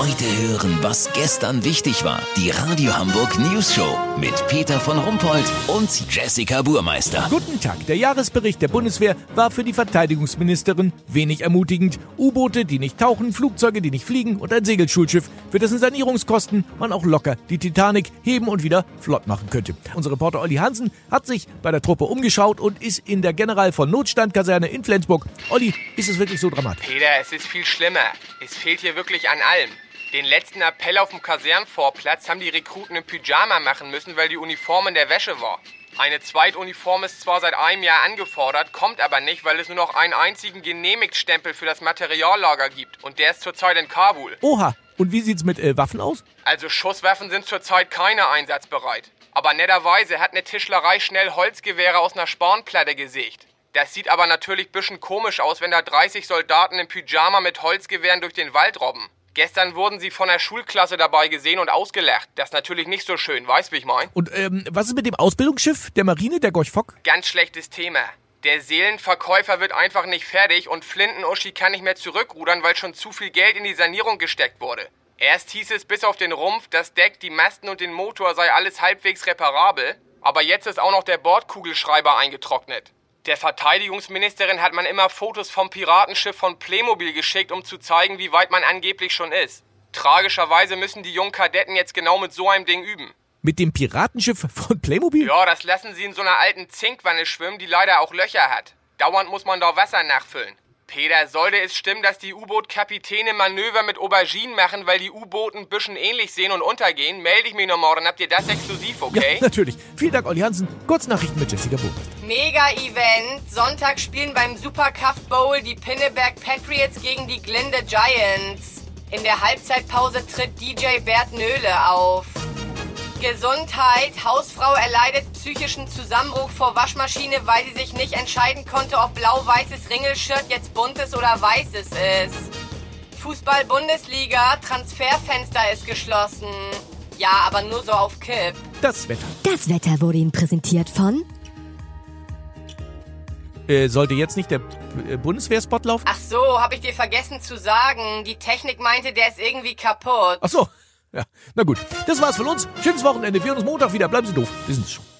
Heute hören, was gestern wichtig war. Die Radio Hamburg News Show mit Peter von Rumpold und Jessica Burmeister. Guten Tag. Der Jahresbericht der Bundeswehr war für die Verteidigungsministerin wenig ermutigend. U-Boote, die nicht tauchen, Flugzeuge, die nicht fliegen und ein Segelschulschiff, für dessen Sanierungskosten man auch locker die Titanic heben und wieder flott machen könnte. Unser Reporter Olli Hansen hat sich bei der Truppe umgeschaut und ist in der General von Notstand-Kaserne in Flensburg. Olli, ist es wirklich so dramatisch? Peter, es ist viel schlimmer. Es fehlt hier wirklich an allem. Den letzten Appell auf dem Kasernenvorplatz haben die Rekruten im Pyjama machen müssen, weil die Uniform in der Wäsche war. Eine Zweituniform ist zwar seit einem Jahr angefordert, kommt aber nicht, weil es nur noch einen einzigen Genehmigtstempel für das Materiallager gibt. Und der ist zurzeit in Kabul. Oha, und wie sieht's mit Waffen aus? Also Schusswaffen sind zurzeit keine einsatzbereit. Aber netterweise hat eine Tischlerei schnell Holzgewehre aus einer Spornplatte gesägt. Das sieht aber natürlich ein bisschen komisch aus, wenn da 30 Soldaten im Pyjama mit Holzgewehren durch den Wald robben. Gestern wurden sie von der Schulklasse dabei gesehen und ausgelacht. Das ist natürlich nicht so schön, weißt wie ich mein? Und was ist mit dem Ausbildungsschiff der Marine, der Gorch Fock? Ganz schlechtes Thema. Der Seelenverkäufer wird einfach nicht fertig und Flinten-Uschi kann nicht mehr zurückrudern, weil schon zu viel Geld in die Sanierung gesteckt wurde. Erst hieß es, bis auf den Rumpf, das Deck, die Masten und den Motor sei alles halbwegs reparabel. Aber jetzt ist auch noch der Bordkugelschreiber eingetrocknet. Der Verteidigungsministerin hat man immer Fotos vom Piratenschiff von Playmobil geschickt, um zu zeigen, wie weit man angeblich schon ist. Tragischerweise müssen die jungen Kadetten jetzt genau mit so einem Ding üben. Mit dem Piratenschiff von Playmobil? Ja, das lassen sie in so einer alten Zinkwanne schwimmen, die leider auch Löcher hat. Dauernd muss man da Wasser nachfüllen. Peter, sollte es stimmen, dass die U-Boot-Kapitäne Manöver mit Auberginen machen, weil die U-Boote ein bisschen ähnlich sehen und untergehen, melde ich mich noch morgen. Habt ihr das exklusiv, okay? Ja, natürlich. Vielen Dank, Olli Hansen. Kurznachrichten mit Jessica Burmeister. Mega-Event. Sonntag spielen beim Supercuff Bowl die Pinneberg Patriots gegen die Glinde Giants. In der Halbzeitpause tritt DJ Bert Nöhle auf. Gesundheit. Hausfrau erleidet psychischen Zusammenbruch vor Waschmaschine, weil sie sich nicht entscheiden konnte, ob blau-weißes Ringelshirt jetzt buntes oder weißes ist. Fußball-Bundesliga. Transferfenster ist geschlossen. Ja, aber nur so auf Kipp. Das Wetter. Das Wetter wurde Ihnen präsentiert von... Sollte jetzt nicht der Bundeswehrspot laufen? Ach so, hab ich dir vergessen zu sagen. Die Technik meinte, der ist irgendwie kaputt. Ach so. Ja, na gut. Das war's von uns. Schönes Wochenende. Wir hören uns Montag wieder. Bleiben Sie doof. Wir sind's schon.